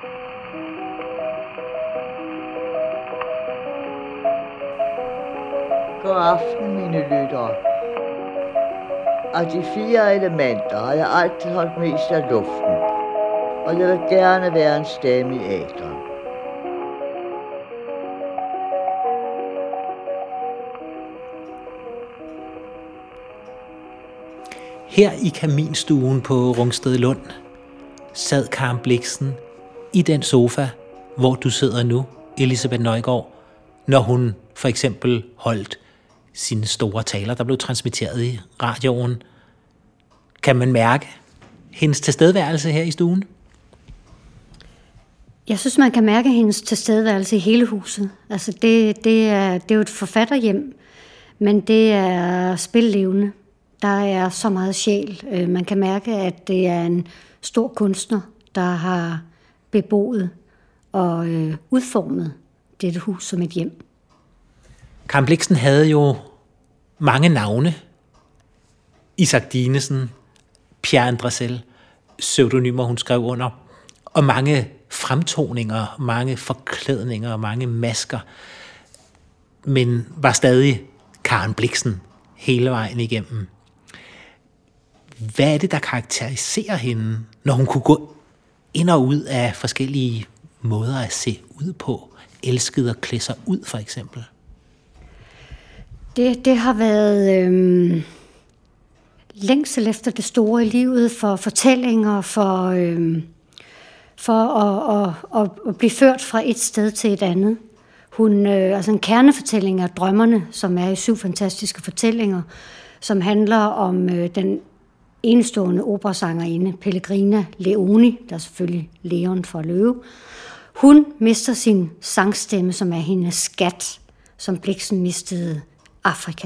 God aften, mine lyttere. Af de 4 elementer har jeg altid holdt mest af luften, og jeg vil gerne være en stemme i æteren. Her i kaminstuen på Rungstedlund sad Karen Blixen i den sofa, hvor du sidder nu, Elisabeth Nøjgaard, når hun for eksempel holdt sine store taler, der blev transmitteret i radioen. Kan man mærke hendes tilstedeværelse her i stuen? Jeg synes, man kan mærke hendes tilstedeværelse i hele huset. Altså det er jo et forfatterhjem, men det er spillevende. Der er så meget sjæl. Man kan mærke, at det er en stor kunstner, der har beboet og udformet dette hus som et hjem. Karen Blixen havde jo mange navne. Isak Dinesen, Pierre André, pseudonymer hun skrev under, og mange fremtoninger, mange forklædninger, mange masker, men var stadig Karen Blixen hele vejen igennem. Hvad er det, der karakteriserer hende, når hun kunne gå ind og ud af forskellige måder at se ud på? Elskede at klæde sig ud, for eksempel. Det har været længsel efter det store i livet, for fortællinger, for at blive ført fra et sted til et andet. Altså en kernefortælling af drømmerne, som er i 7 fantastiske fortællinger, som handler om den enestående operasangerinde Pellegrina Leoni, der er selvfølgelig Leon fra Løve. Hun mister sin sangstemme, som er hendes skat, som Blixen mistede Afrika.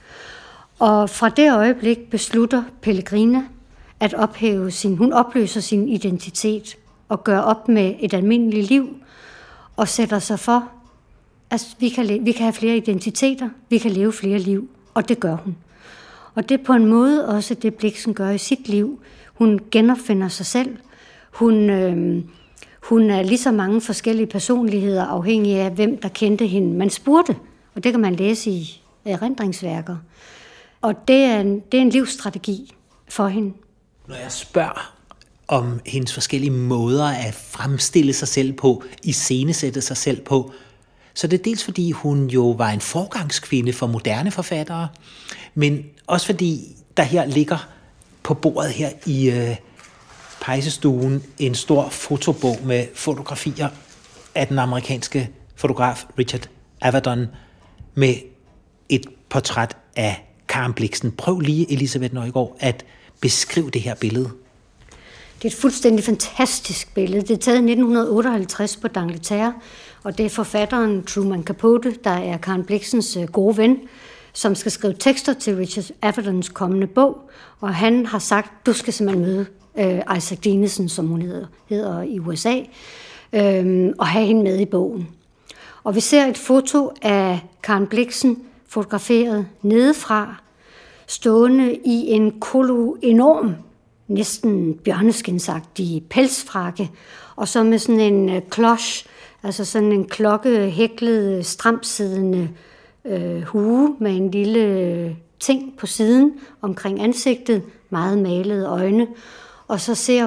Og fra det øjeblik beslutter Pellegrina at hun opløser sin identitet og gør op med et almindeligt liv og sætter sig for, at vi kan have flere identiteter, vi kan leve flere liv, og det gør hun. Og det er på en måde også det, Blixen gør i sit liv. Hun genopfinder sig selv. Hun er lige så mange forskellige personligheder, afhængig af, hvem der kendte hende. Man spurgte, og det kan man læse i erindringsværker. Og det er en livsstrategi for hende. Når jeg spørger om hendes forskellige måder at fremstille sig selv på, iscenesætte sig selv på, så det er dels fordi hun jo var en forgangskvinde for moderne forfattere, men også fordi der her ligger på bordet her i pejsestuen en stor fotobog med fotografier af den amerikanske fotograf Richard Avedon med et portræt af Karen Blixen. Prøv lige, Elisabeth Nøjgaard, at beskrive det her billede. Det er et fuldstændig fantastisk billede. Det er taget i 1958 på d'Angleterre, og det er forfatteren Truman Capote, der er Karen Blixens gode ven, som skal skrive tekster til Richard Avedons kommende bog, og han har sagt, du skal simpelthen møde Isak Dinesen, som hun hedder i USA, og have hende med i bogen. Og vi ser et foto af Karen Blixen fotograferet nedefra, stående i en enorm, næsten bjørneskinsagtig pelsfrakke, og så med sådan en cloche, altså sådan en klokkehæklet, stramtsiddende hue med en lille ting på siden omkring ansigtet, meget malede øjne, og så ser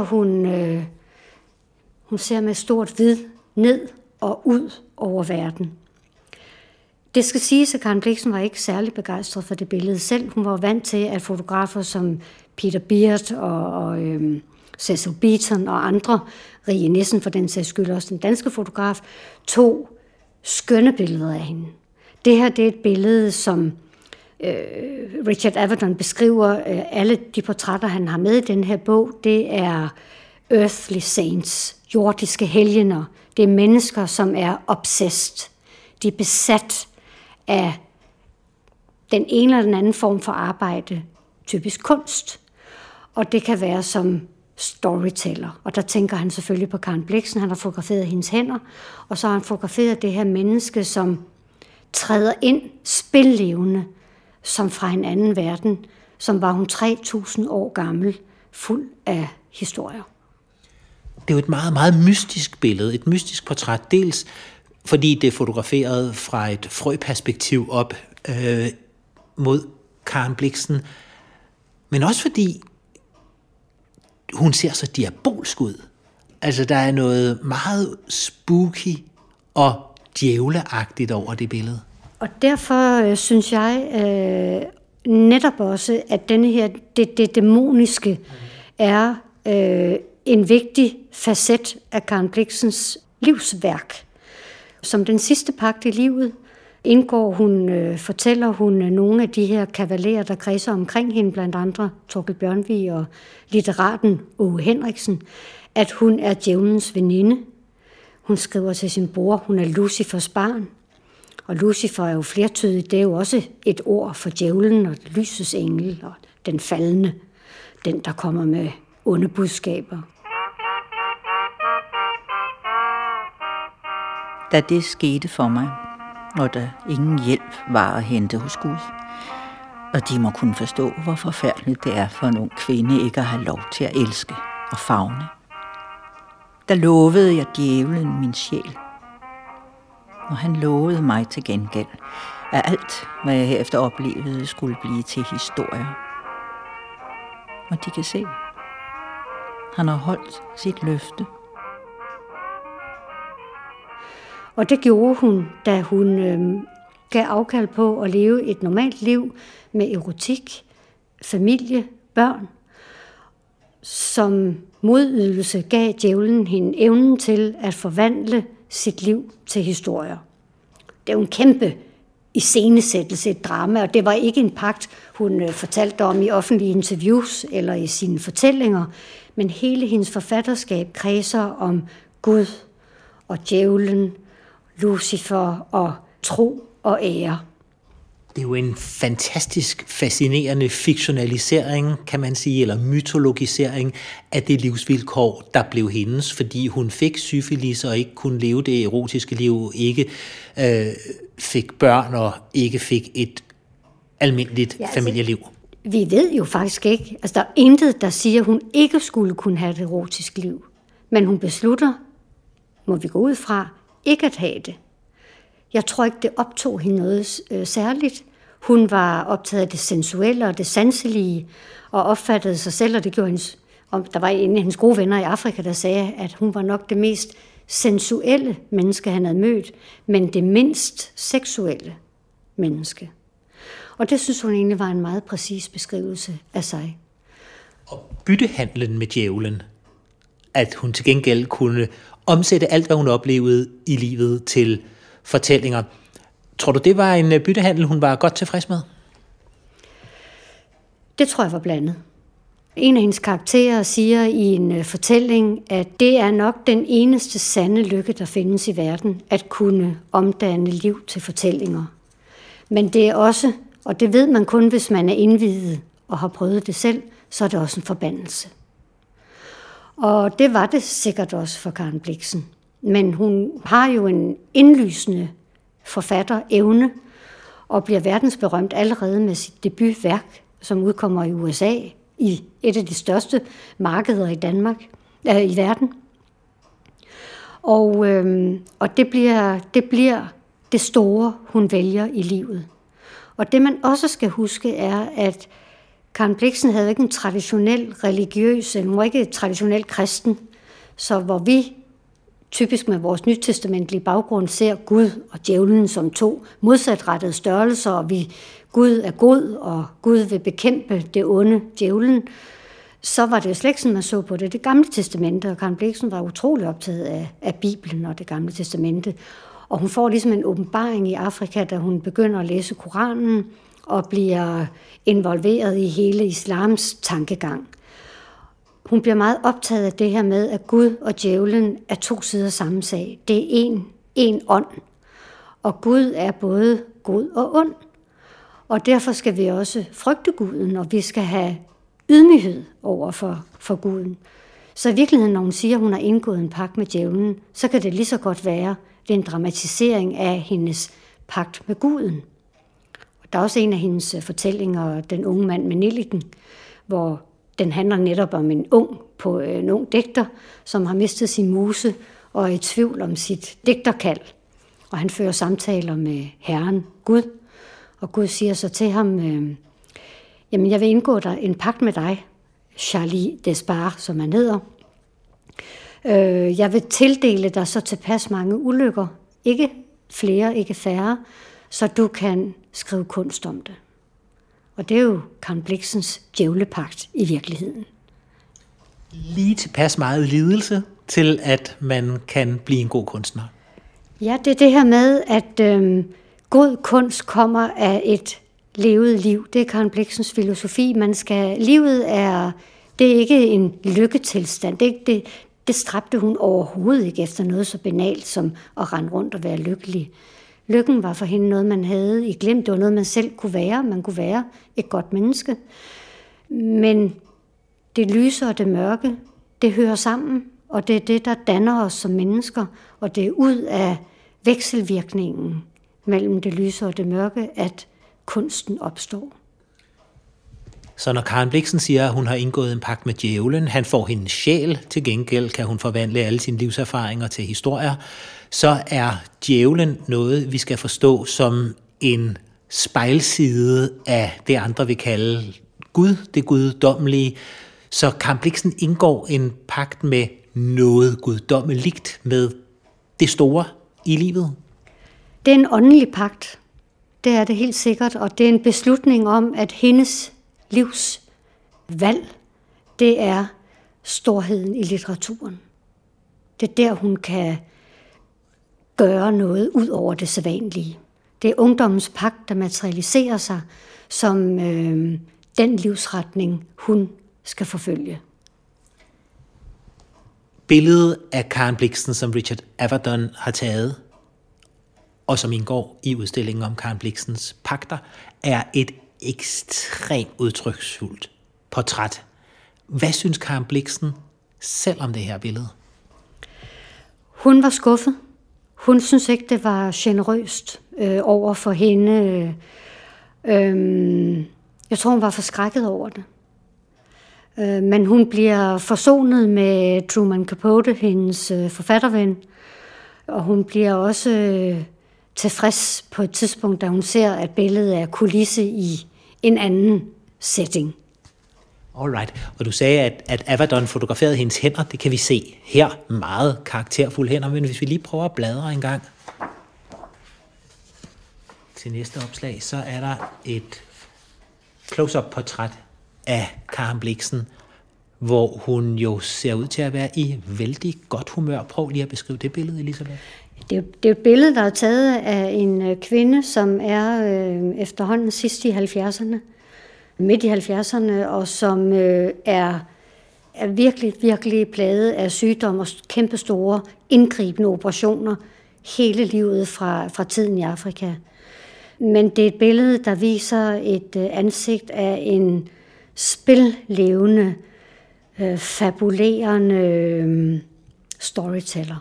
hun ser med stort vid ned og ud over verden. Det skal siges, at Karen Blixen var ikke særlig begejstret for det billede selv. Hun var vant til, at fotografer som Peter Beard og Cecil Beaton og andre, Rie Nissen for den sags skyld også den danske fotograf, tog skønne billeder af hende. Det her det er et billede, som Richard Avedon beskriver. Alle de portrætter, han har med i den her bog, det er earthly saints, jordiske helgener. Det er mennesker, som er obsessed. De er besat af den ene eller den anden form for arbejde, typisk kunst. Og det kan være som storyteller. Og der tænker han selvfølgelig på Karen Blixen. Han har fotograferet hendes hænder, og så har han fotograferet det her menneske, som træder ind spillevende, som fra en anden verden, som var hun 3000 år gammel, fuld af historier. Det er jo et meget, meget mystisk billede, et mystisk portræt. Dels fordi det er fotograferet fra et frøperspektiv op mod Karen Blixen, men også fordi hun ser så diabolsk ud. Altså, der er noget meget spooky og djævleagtigt over det billede. Og derfor synes jeg netop også, at denne her, det dæmoniske er en vigtig facet af Karen Blixens livsværk. Som den sidste pagt i livet fortæller hun nogle af de her kavalerer, der kredser omkring hende, blandt andre Thorkild Bjørnvig og litteraten Åge Henriksen, at hun er djævelens veninde. Hun skriver til sin bror, hun er Lucifers barn. Og Lucifer er jo flertydigt, det er jo også et ord for djævlen og lysets engel og den faldende, den der kommer med onde budskaber. Da det skete for mig, og der ingen hjælp var at hente hos Gud, og de må kunne forstå, hvor forfærdeligt det er for en ung kvinde ikke at have lov til at elske og favne, der lovede jeg djævlen min sjæl. Og han lovede mig til gengæld, at alt, hvad jeg herefter oplevede, skulle blive til historier. Og de kan se, han har holdt sit løfte. Og det gjorde hun, da hun gav afkald på at leve et normalt liv med erotik, familie, børn. Som modydelse gav djævlen hende evnen til at forvandle sit liv til historier. Det er jo en kæmpe iscenesættelse, et drama, og det var ikke en pagt, hun fortalte om i offentlige interviews eller i sine fortællinger, men hele hendes forfatterskab kredser om Gud og djævlen, Lucifer og tro og ære. Det er jo en fantastisk fascinerende fiktionalisering, kan man sige, eller mytologisering af det livsvilkår, der blev hendes, fordi hun fik syfilis og ikke kunne leve det erotiske liv, ikke fik børn og ikke fik et almindeligt familieliv. Vi ved jo faktisk ikke, altså der er intet, der siger, at hun ikke skulle kunne have et erotisk liv. Men hun beslutter, må vi gå ud fra, ikke at have det. Jeg tror ikke, det optog hende noget særligt. Hun var optaget af det sensuelle og det sanselige, og opfattede sig selv, og det gjorde hendes, der var en af hendes gode venner i Afrika, der sagde, at hun var nok det mest sensuelle menneske, han havde mødt, men det mindst seksuelle menneske. Og det synes hun egentlig var en meget præcis beskrivelse af sig. Og byttehandlen med djævlen, at hun til gengæld kunne omsætte alt, hvad hun oplevede i livet til fortællinger. Tror du, det var en byttehandel, hun var godt tilfreds med? Det tror jeg var blandet. En af hendes karakterer siger i en fortælling, at det er nok den eneste sande lykke, der findes i verden, at kunne omdanne liv til fortællinger. Men det er også, og det ved man kun, hvis man er indviet og har prøvet det selv, så er det også en forbandelse. Og det var det sikkert også for Karen Blixen. Men hun har jo en indlysende forfatterevne og bliver verdensberømt allerede med sit debutværk, som udkommer i USA, i et af de største markeder i verden. Og det bliver det store, hun vælger i livet. Og det man også skal huske er, at Karen Blixen havde ikke en traditionel religiøs, hun var ikke traditionel kristen, så hvor vi typisk med vores nytestamentlige baggrund ser Gud og djævlen som to modsatrettede størrelser, og Gud er god, og Gud vil bekæmpe det onde, djævlen, så var det jo slet ikke sådan, man så på det. Det gamle testamente, og Karen Blixen var utrolig optaget af Bibelen og det gamle testamente. Og hun får ligesom en åbenbaring i Afrika, da hun begynder at læse Koranen og bliver involveret i hele islams tankegang. Hun bliver meget optaget af det her med, at Gud og djævlen er to sider samme sag. Det er en ånd. Og Gud er både god og ond. Og derfor skal vi også frygte Guden, og vi skal have ydmyghed over for Guden. Så i virkeligheden, når hun siger, at hun har indgået en pagt med djævlen, så kan det lige så godt være, det er en dramatisering af hendes pagt med Guden. Og der er også en af hendes fortællinger, Den unge mand med nilliken, hvor den handler netop om en ung på en ung digter, som har mistet sin muse og er i tvivl om sit digterkald. Og han fører samtaler med Herren Gud, og Gud siger så til ham, jamen jeg vil indgå dig en pagt med dig, Charlie Despard, som han hedder. Jeg vil tildele dig så tilpas mange ulykker, ikke flere, ikke færre, så du kan skrive kunst om det. Og det er jo Karen Blixens djævlepagt i virkeligheden. Lige tilpas meget lidelse til, at man kan blive en god kunstner. Ja, det er det her med, at god kunst kommer af et levet liv. Det er Karen Blixens filosofi. Livet er ikke en lykketilstand. Det stræbte hun overhovedet ikke efter noget så banalt som at rende rundt og være lykkelig. Lykken var for hende noget, man havde i glemt. Det var noget, man selv kunne være. Man kunne være et godt menneske. Men det lyse og det mørke, det hører sammen, og det er det, der danner os som mennesker. Og det er ud af vekselvirkningen mellem det lyse og det mørke, at kunsten opstår. Så når Karen Blixen siger, at hun har indgået en pagt med djævlen, han får hendes sjæl, til gengæld kan hun forvandle alle sine livserfaringer til historier, så er djævlen noget, vi skal forstå som en spejlside af det andre vil kalde Gud, det guddommelige. Så Karen Blixen indgår en pagt med noget guddommeligt, med det store i livet. Det er en åndelig pagt. Det er det helt sikkert, og det er en beslutning om, at hendes livs valg, det er storheden i litteraturen. Det er der, hun kan gøre noget ud over det sædvanlige. Det er ungdommens pagt, der materialiserer sig som den livsretning, hun skal forfølge. Billedet af Karen Blixen, som Richard Avedon har taget, og som indgår i udstillingen om Karen Blixens pagter, er et ekstremt udtryksfuldt portræt. Hvad synes Karen Blixen selv om det her billede? Hun var skuffet. Hun synes ikke, det var generøst over for hende. Jeg tror, hun var forskrækket over det. Men hun bliver forsonet med Truman Capote, hendes forfatterven, og hun bliver også tilfreds på et tidspunkt, da hun ser, at billedet er kulisse i en anden setting. Alright. Og du sagde, at Avedon fotograferede hendes hænder. Det kan vi se her. Meget karakterfulde hænder. Men hvis vi lige prøver at bladre en gang til næste opslag, så er der et close-up portræt af Karen Blixen, hvor hun jo ser ud til at være i vældig godt humør. Prøv lige at beskrive det billede, Elisabeth. Det er et billede, der er taget af en kvinde, som er efterhånden sidst i 70'erne, midt i 70'erne, og som er virkelig, virkelig plaget af sygdom og kæmpestore indgribende operationer hele livet fra tiden i Afrika. Men det er et billede, der viser et ansigt af en spillevende, fabulerende storyteller.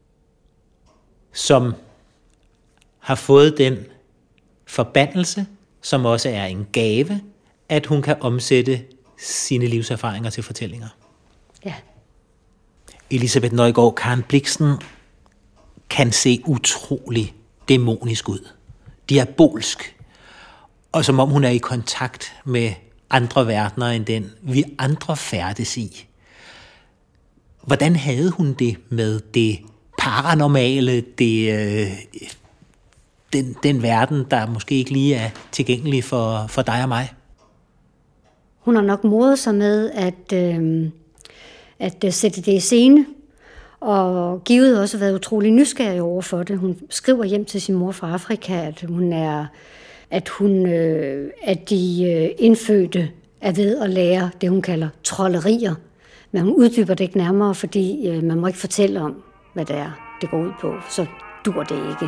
Som har fået den forbandelse, som også er en gave, at hun kan omsætte sine livserfaringer til fortællinger. Ja. Elisabeth Nøjgaard, Karen Blixen kan se utrolig dæmonisk ud. Diabolsk. Og som om hun er i kontakt med andre verdener end den, vi andre færdes i. Hvordan havde hun det med det paranormale, den verden, der måske ikke lige er tilgængelig for dig og mig? Hun har nok modet sig med at sætte det i scene, og givet også været utrolig nysgerrig over for det. Hun skriver hjem til sin mor fra Afrika, at de indfødte er ved at lære det, hun kalder trolderier. Men hun uddyber det ikke nærmere, fordi man må ikke fortælle om, hvad det er, det går ud på. Så dur det ikke.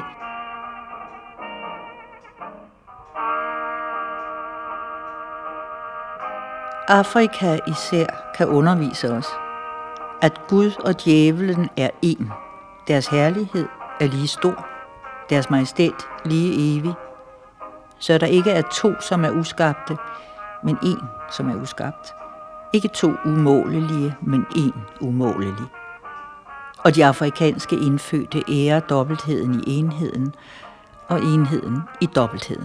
Afrika især kan undervise os, at Gud og djævelen er én. Deres herlighed er lige stor, deres majestæt lige evig. Så der ikke er to, som er uskabte, men én, som er uskabt. Ikke 2 umålelige, men 1 umålelig. Og de afrikanske indfødte ærer dobbeltheden i enheden, og enheden i dobbeltheden.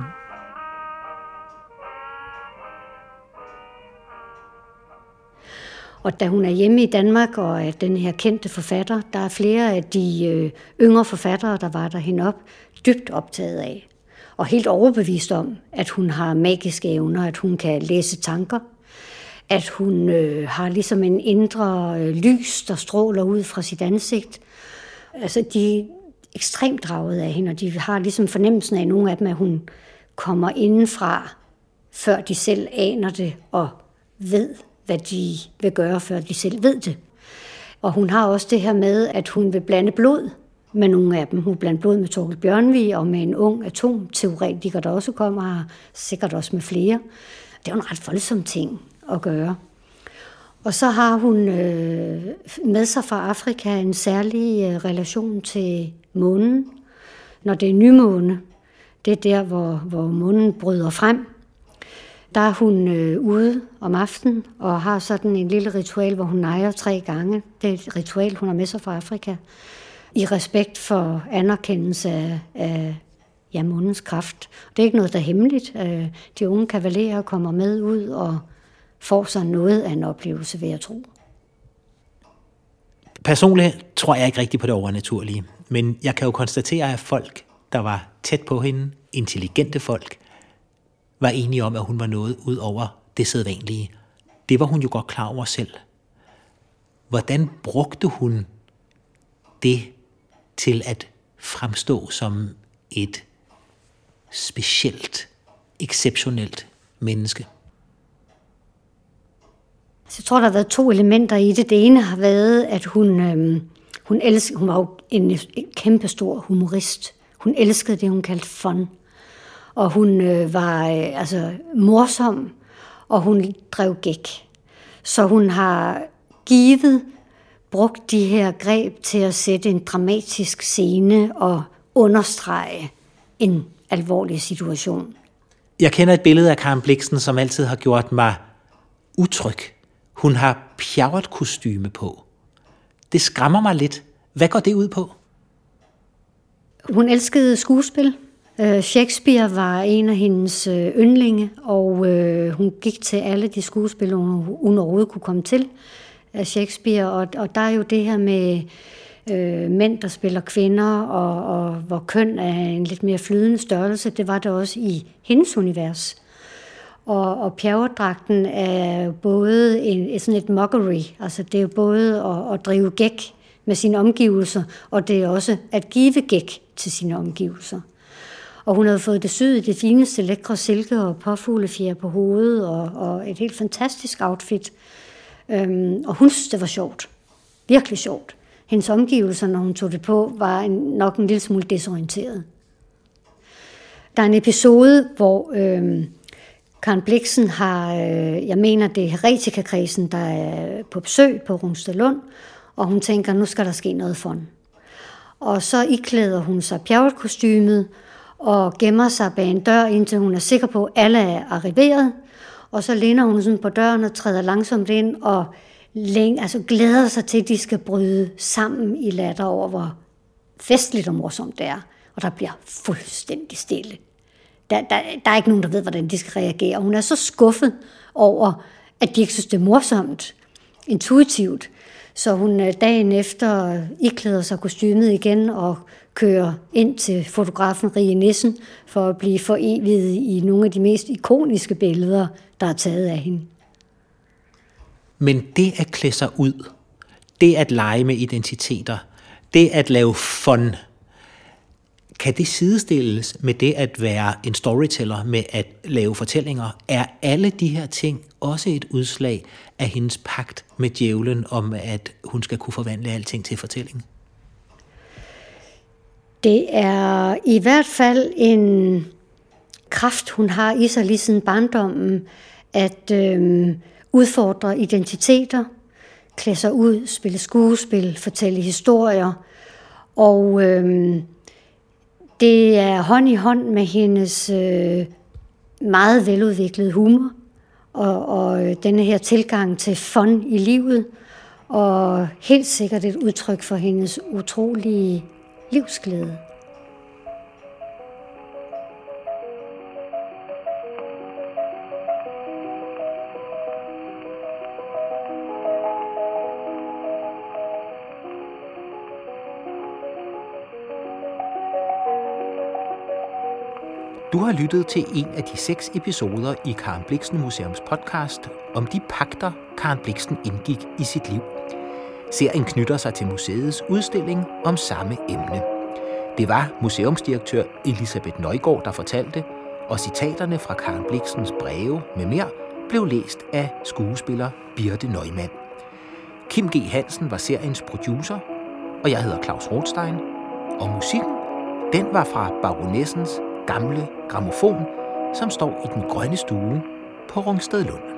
Og da hun er hjemme i Danmark og er den her kendte forfatter, der er flere af de yngre forfattere, der var der hende op, dybt optaget af. Og helt overbevist om, at hun har magiske evner, at hun kan læse tanker, at hun har ligesom en indre lys, der stråler ud fra sit ansigt. Altså, de er ekstremt draget af hende, og de har ligesom fornemmelsen af nogle af dem, at hun kommer indenfra, før de selv aner det, og ved, hvad de vil gøre, før de selv ved det. Og hun har også det her med, at hun vil blande blod med nogle af dem. Hun blander blod med Thorkild Bjørnvig og med en ung atomteoretiker, der også kommer her, sikkert også med flere. Det er jo en ret voldsom ting at gøre. Og så har hun med sig fra Afrika en særlig relation til månen. Når det er nymåne, det er der, hvor månen bryder frem. Der er hun ude om aftenen og har sådan en lille ritual, hvor hun nejer 3 gange. Det er et ritual, hun har med sig fra Afrika. I respekt for anerkendelse af månens kraft. Det er ikke noget, der er hemmeligt. De unge kavalerer kommer med ud og får sig noget af en oplevelse, vil jeg tro. Personligt tror jeg ikke rigtig på det overnaturlige, men jeg kan jo konstatere, at folk, der var tæt på hende, intelligente folk, var enige om, at hun var noget ud over det sædvanlige. Det var hun jo godt klar over selv. Hvordan brugte hun det til at fremstå som et specielt, exceptionelt menneske? Så jeg tror, der har været 2 elementer i det. Det ene har været, at hun var jo en kæmpestor humorist. Hun elskede det, hun kaldte fun. Og hun var morsom, og hun drev gæk. Så hun har brugt de her greb til at sætte en dramatisk scene og understrege en alvorlig situation. Jeg kender et billede af Karen Blixen, som altid har gjort mig utryg. Hun har Pjerrot-kostyme på. Det skræmmer mig lidt. Hvad går det ud på? Hun elskede skuespil. Shakespeare var en af hendes yndlinge, og hun gik til alle de skuespil, hun overhovedet kunne komme til af Shakespeare. Og der er jo det her med mænd, der spiller kvinder, og hvor køn er en lidt mere flydende størrelse. Det var det også i hendes univers. Og Pjerrot-dragten er både sådan et mockery, altså det er jo både at drive gæk med sine omgivelser, og det er også at give gæk til sine omgivelser. Og hun havde fået det syet i det fineste lækre silke og påfuglefjer på hovedet, og et helt fantastisk outfit. Og hun synes, det var sjovt. Virkelig sjovt. Hendes omgivelser, når hun tog det på, var nok en lille smule desorienteret. Der er en episode, hvor Karen Blixen har, jeg mener, det er heretikakredsen, der er på besøg på Rungstedlund, og hun tænker, nu skal der ske noget fun. Og så iklæder hun sig Pjerrot-kostymet og gemmer sig bag en dør, indtil hun er sikker på, at alle er arriveret. Og så læner hun sådan på døren og træder langsomt ind og glæder sig til, at de skal bryde sammen i latter over, hvor festligt og morsomt det er. Og der bliver fuldstændig stille. Der er ikke nogen, der ved, hvordan de skal reagere. Hun er så skuffet over, at de ikke synes, det er morsomt, intuitivt. Så hun dagen efter iklæder sig kostymet igen og kører ind til fotografen Rie Nissen for at blive foreviget i nogle af de mest ikoniske billeder, der er taget af hende. Men det at klæde sig ud, det at lege med identiteter, det at lave fun, kan det sidestilles med det at være en storyteller, med at lave fortællinger? Er alle de her ting også et udslag af hendes pagt med djævlen om, at hun skal kunne forvandle alting til fortælling? Det er i hvert fald en kraft, hun har i sig lige siden barndommen, at udfordre identiteter, klæde sig ud, spille skuespil, fortælle historier. Og det er hånd i hånd med hendes meget veludviklede humor og denne her tilgang til fun i livet, og helt sikkert et udtryk for hendes utrolige livsglæde. Du har lyttet til en af de 6 episoder i Karen Blixen Museums podcast om de pagter, Karen Blixen indgik i sit liv. Serien knytter sig til museets udstilling om samme emne. Det var museumsdirektør Elisabeth Nøjgaard, der fortalte, og citaterne fra Karen Blixens breve med mere blev læst af skuespiller Birte Neumann. Kim G. Hansen var seriens producer, og jeg hedder Claus Rothstein. Og musikken, den var fra Baronessens gamle grammofon, som står i den grønne stue på Rungsted Lund.